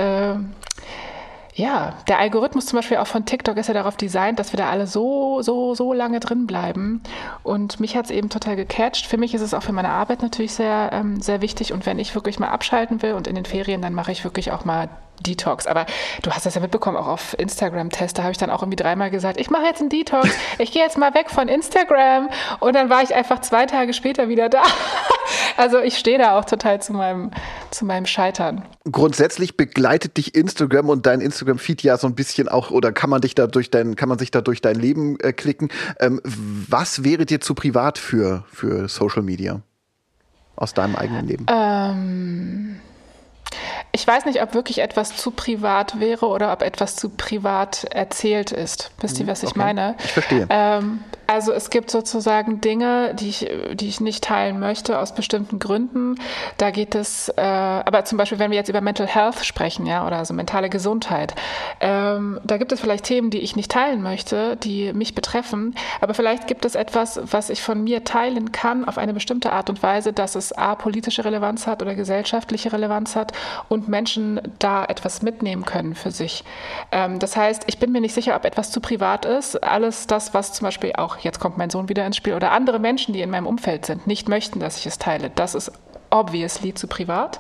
der Algorithmus zum Beispiel auch von TikTok ist ja darauf designt, dass wir da alle so lange drin bleiben. Und mich hat es eben total gecatcht. Für mich ist es auch für meine Arbeit natürlich sehr, sehr wichtig. Und wenn ich wirklich mal abschalten will und in den Ferien, dann mache ich wirklich auch mal Detox. Aber du hast das ja mitbekommen, auch auf Instagram-Test, da habe ich dann auch irgendwie 3-mal gesagt, ich mache jetzt einen Detox, ich gehe jetzt mal weg von Instagram. Und dann war ich einfach 2 Tage später wieder da. Also ich stehe da auch total zu meinem Scheitern. Grundsätzlich begleitet dich Instagram und dein Instagram-Feed ja so ein bisschen auch, oder kann man sich da durch dein Leben klicken. Was wäre dir zu privat für Social Media aus deinem eigenen Leben? Ich weiß nicht, ob wirklich etwas zu privat wäre oder ob etwas zu privat erzählt ist. Wisst ihr, was ich meine? Ich verstehe. Also es gibt sozusagen Dinge, die ich nicht teilen möchte aus bestimmten Gründen. Da geht es, aber zum Beispiel, wenn wir jetzt über Mental Health sprechen, ja, oder also mentale Gesundheit, da gibt es vielleicht Themen, die ich nicht teilen möchte, die mich betreffen. Aber vielleicht gibt es etwas, was ich von mir teilen kann auf eine bestimmte Art und Weise, dass es politische Relevanz hat oder gesellschaftliche Relevanz hat und Menschen da etwas mitnehmen können für sich. Das heißt, ich bin mir nicht sicher, ob etwas zu privat ist. Alles das, was zum Beispiel auch, jetzt kommt mein Sohn wieder ins Spiel, oder andere Menschen, die in meinem Umfeld sind, nicht möchten, dass ich es teile. Das ist obviously zu privat.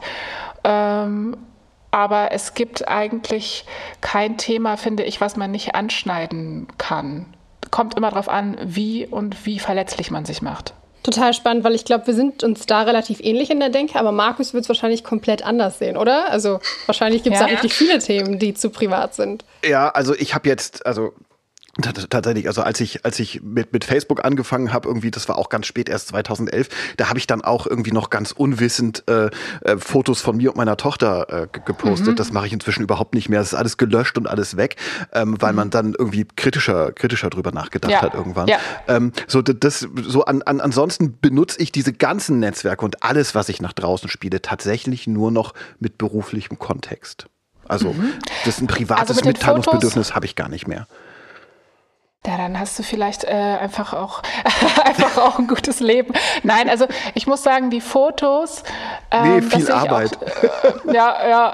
Aber es gibt eigentlich kein Thema, finde ich, was man nicht anschneiden kann. Kommt immer darauf an, wie verletzlich man sich macht. Total spannend, weil ich glaube, wir sind uns da relativ ähnlich in der Denke, aber Markus wird es wahrscheinlich komplett anders sehen, oder? Also wahrscheinlich gibt es da richtig viele Themen, die zu privat sind. Ja, also ich habe jetzt, tatsächlich, also als ich mit Facebook angefangen habe, irgendwie, das war auch ganz spät, erst 2011, da habe ich dann auch irgendwie noch ganz unwissend Fotos von mir und meiner Tochter gepostet. Mhm. Das mache ich inzwischen überhaupt nicht mehr. Das ist alles gelöscht und alles weg, weil man dann irgendwie kritischer drüber nachgedacht hat irgendwann. Ja. Ansonsten benutze ich diese ganzen Netzwerke und alles, was ich nach draußen spiele, tatsächlich nur noch mit beruflichem Kontext. Also das ist ein privates Mitteilungsbedürfnis habe ich gar nicht mehr. Ja, dann hast du vielleicht einfach auch ein gutes Leben. Nein, also ich muss sagen, die Fotos... viel Arbeit. Auch,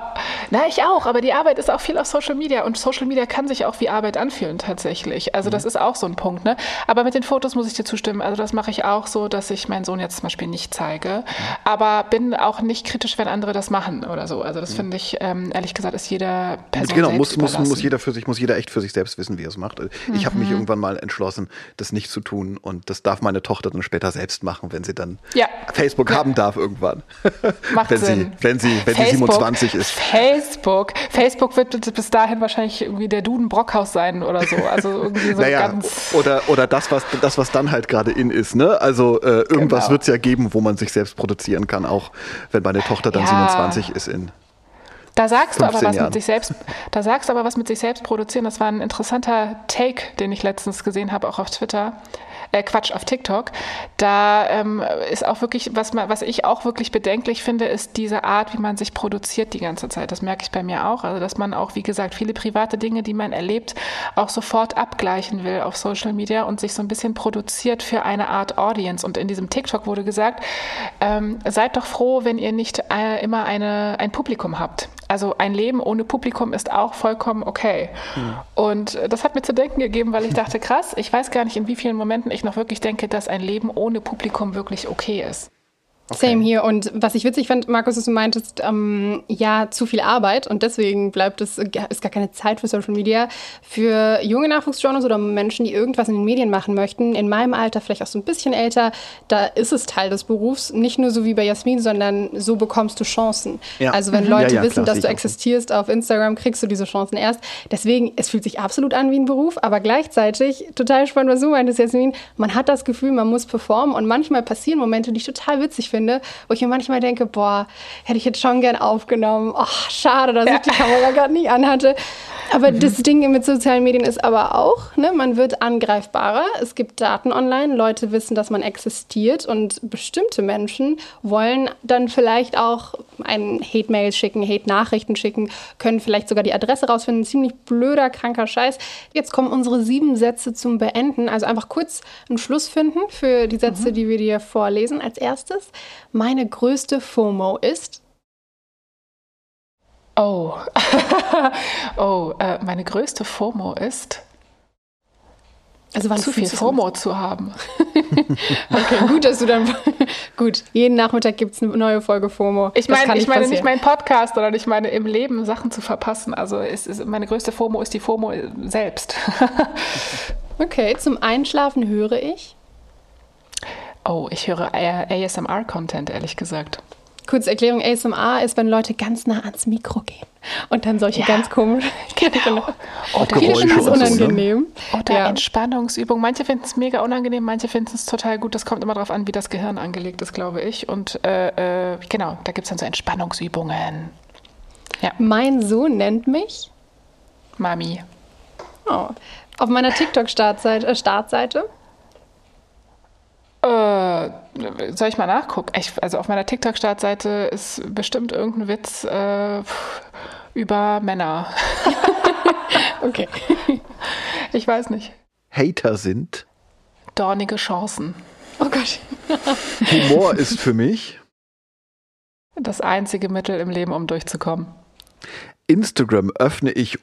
Na, ich auch, aber die Arbeit ist auch viel auf Social Media und Social Media kann sich auch wie Arbeit anfühlen tatsächlich. Also das ist auch so ein Punkt, ne? Aber mit den Fotos muss ich dir zustimmen. Also das mache ich auch so, dass ich meinen Sohn jetzt zum Beispiel nicht zeige, aber bin auch nicht kritisch, wenn andere das machen oder so. Also das finde ich, ehrlich gesagt, ist jeder Person selbst überlassen. Muss jeder echt für sich selbst wissen, wie er es macht. Ich habe mich irgendwann mal entschlossen, das nicht zu tun und das darf meine Tochter dann später selbst machen, wenn sie dann Facebook haben darf irgendwann. Macht Sinn. Wenn sie 27 ist. Facebook wird bis dahin wahrscheinlich irgendwie der Duden Brockhaus sein oder so. Also irgendwie so ganz. Oder das, was dann halt gerade in ist, ne? Also irgendwas wird es ja geben, wo man sich selbst produzieren kann, auch wenn meine Tochter dann 27 ist in. Da sagst du aber was Jahren. mit sich selbst. Da sagst du aber was mit sich selbst produzieren. Das war ein interessanter Take, den ich letztens gesehen habe, auch auf Twitter. Auf TikTok. Da ist auch wirklich, was ich auch wirklich bedenklich finde, ist diese Art, wie man sich produziert die ganze Zeit. Das merke ich bei mir auch. Also, dass man auch, wie gesagt, viele private Dinge, die man erlebt, auch sofort abgleichen will auf Social Media und sich so ein bisschen produziert für eine Art Audience. Und in diesem TikTok wurde gesagt, seid doch froh, wenn ihr nicht immer ein Publikum habt. Also ein Leben ohne Publikum ist auch vollkommen okay. Und das hat mir zu denken gegeben, weil ich dachte, krass, ich weiß gar nicht, in wie vielen Momenten ich noch wirklich denke, dass ein Leben ohne Publikum wirklich okay ist. Okay. Same hier. Und was ich witzig fand, Markus, dass du meintest, zu viel Arbeit und deswegen ist gar keine Zeit für Social Media. Für junge Nachwuchsjournals oder Menschen, die irgendwas in den Medien machen möchten, in meinem Alter, vielleicht auch so ein bisschen älter, da ist es Teil des Berufs. Nicht nur so wie bei Jasmin, sondern so bekommst du Chancen. Ja. Also wenn Leute wissen, dass du existierst auf Instagram, kriegst du diese Chancen erst. Deswegen, es fühlt sich absolut an wie ein Beruf, aber gleichzeitig, total spannend, was du meintest, Jasmin, man hat das Gefühl, man muss performen und manchmal passieren Momente, die ich total witzig finde, wo ich mir manchmal denke, hätte ich jetzt schon gern aufgenommen. Ach, schade, dass ich die Kamera gerade nicht anhatte. Aber das Ding mit sozialen Medien ist aber auch, ne, man wird angreifbarer. Es gibt Daten online, Leute wissen, dass man existiert und bestimmte Menschen wollen dann vielleicht auch einen Hate-Mail schicken, Hate-Nachrichten schicken, können vielleicht sogar die Adresse rausfinden. Ziemlich blöder, kranker Scheiß. Jetzt kommen unsere 7 Sätze zum Beenden. Also einfach kurz einen Schluss finden für die Sätze, die wir dir vorlesen. Als erstes, meine größte FOMO ist... Meine größte FOMO ist, also zu viel FOMO zu haben. Okay, gut, dass du dann... Gut, jeden Nachmittag gibt es eine neue Folge FOMO. Ich meine nicht meinen Podcast, sondern ich meine im Leben Sachen zu verpassen. Also meine größte FOMO ist die FOMO selbst. Okay, zum Einschlafen höre ich? Ich höre ASMR-Content, ehrlich gesagt. Kurze Erklärung, ASMR ist, wenn Leute ganz nah ans Mikro gehen und dann solche ganz komischen... Genau. Oder viele finden es unangenehm. Oder Entspannungsübungen. Manche finden es mega unangenehm, manche finden es total gut. Das kommt immer darauf an, wie das Gehirn angelegt ist, glaube ich. Und genau, da gibt es dann so Entspannungsübungen. Ja. Mein Sohn nennt mich? Mami. Auf meiner TikTok-Startseite? Soll ich mal nachgucken? Also auf meiner TikTok-Startseite ist bestimmt irgendein Witz über Männer. Okay. Ich weiß nicht. Hater sind? Dornige Chancen. Oh Gott. Humor ist für mich? Das einzige Mittel im Leben, um durchzukommen. Instagram öffne ich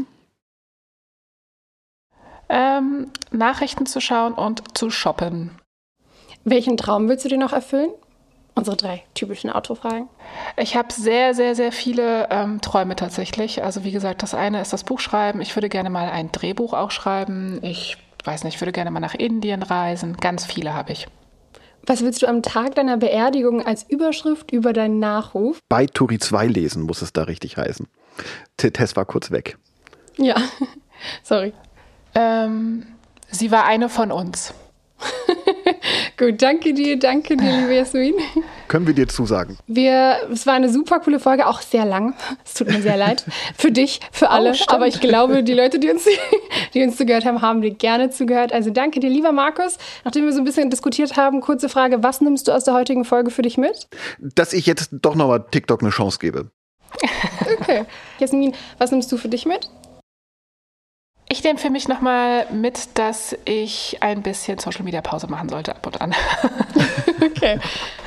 Nachrichten zu schauen und zu shoppen. Welchen Traum willst du dir noch erfüllen? Unsere 3 typischen Autofragen. Ich habe sehr, sehr, sehr viele Träume tatsächlich. Also wie gesagt, das eine ist das Buchschreiben. Ich würde gerne mal ein Drehbuch auch schreiben. Ich weiß nicht, ich würde gerne mal nach Indien reisen. Ganz viele habe ich. Was willst du am Tag deiner Beerdigung als Überschrift über deinen Nachruf? Bei Turi 2 lesen, muss es da richtig heißen. Tess war kurz weg. Ja, sorry. Sie war eine von uns. Gut, danke dir, liebe Jasmin. Können wir dir zusagen? Es war eine super coole Folge, auch sehr lang. Es tut mir sehr leid. Für dich, für alle. Aber ich glaube, die Leute, die uns zugehört haben, haben dir gerne zugehört. Also danke dir, lieber Markus. Nachdem wir so ein bisschen diskutiert haben, kurze Frage, was nimmst du aus der heutigen Folge für dich mit? Dass ich jetzt doch nochmal TikTok eine Chance gebe. Okay. Jasmin, was nimmst du für dich mit? Ich nehme für mich nochmal mit, dass ich ein bisschen Social-Media-Pause machen sollte ab und an. Okay.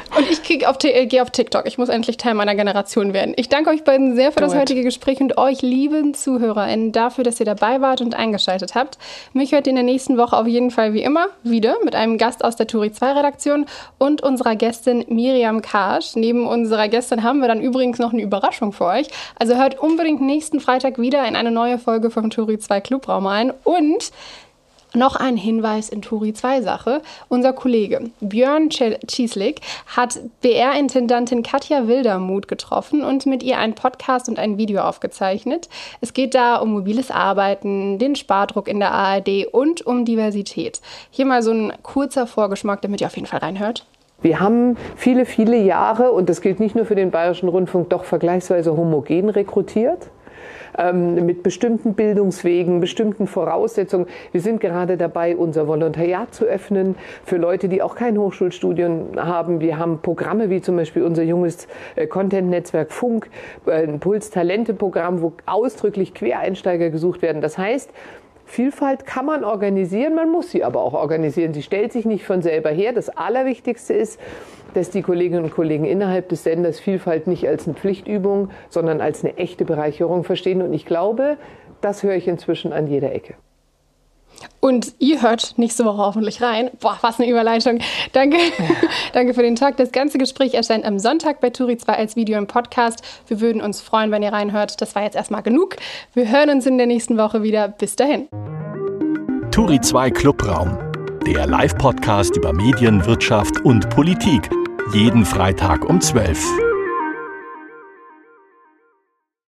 Und ich gehe auf TikTok. Ich muss endlich Teil meiner Generation werden. Ich danke euch beiden sehr für das heutige Gespräch und euch, lieben ZuhörerInnen, dafür, dass ihr dabei wart und eingeschaltet habt. Mich hört ihr in der nächsten Woche auf jeden Fall wie immer wieder mit einem Gast aus der Turi 2 Redaktion und unserer Gästin Miriam Karsch. Neben unserer Gästin haben wir dann übrigens noch eine Überraschung für euch. Also hört unbedingt nächsten Freitag wieder in eine neue Folge vom Turi 2 Clubraum ein. Und noch ein Hinweis in Turi 2 Sache. Unser Kollege Björn Cieslik hat BR-Intendantin Katja Wildermuth getroffen und mit ihr einen Podcast und ein Video aufgezeichnet. Es geht da um mobiles Arbeiten, den Spardruck in der ARD und um Diversität. Hier mal so ein kurzer Vorgeschmack, damit ihr auf jeden Fall reinhört. Wir haben viele, viele Jahre, und das gilt nicht nur für den Bayerischen Rundfunk, doch vergleichsweise homogen rekrutiert. Mit bestimmten Bildungswegen, bestimmten Voraussetzungen. Wir sind gerade dabei, unser Volontariat zu öffnen für Leute, die auch kein Hochschulstudium haben. Wir haben Programme wie zum Beispiel unser junges Content-Netzwerk Funk, ein Puls-Talente-Programm, wo ausdrücklich Quereinsteiger gesucht werden. Das heißt, Vielfalt kann man organisieren, man muss sie aber auch organisieren. Sie stellt sich nicht von selber her. Das Allerwichtigste ist, dass die Kolleginnen und Kollegen innerhalb des Senders Vielfalt nicht als eine Pflichtübung, sondern als eine echte Bereicherung verstehen. Und ich glaube, das höre ich inzwischen an jeder Ecke. Und ihr hört nächste Woche hoffentlich rein. Boah, was eine Überleitung. Danke. Danke für den Talk. Das ganze Gespräch erscheint am Sonntag bei Turi 2 als Video im Podcast. Wir würden uns freuen, wenn ihr reinhört. Das war jetzt erstmal genug. Wir hören uns in der nächsten Woche wieder. Bis dahin. Turi 2 Clubraum, der Live-Podcast über Medien, Wirtschaft und Politik. Jeden Freitag um 12.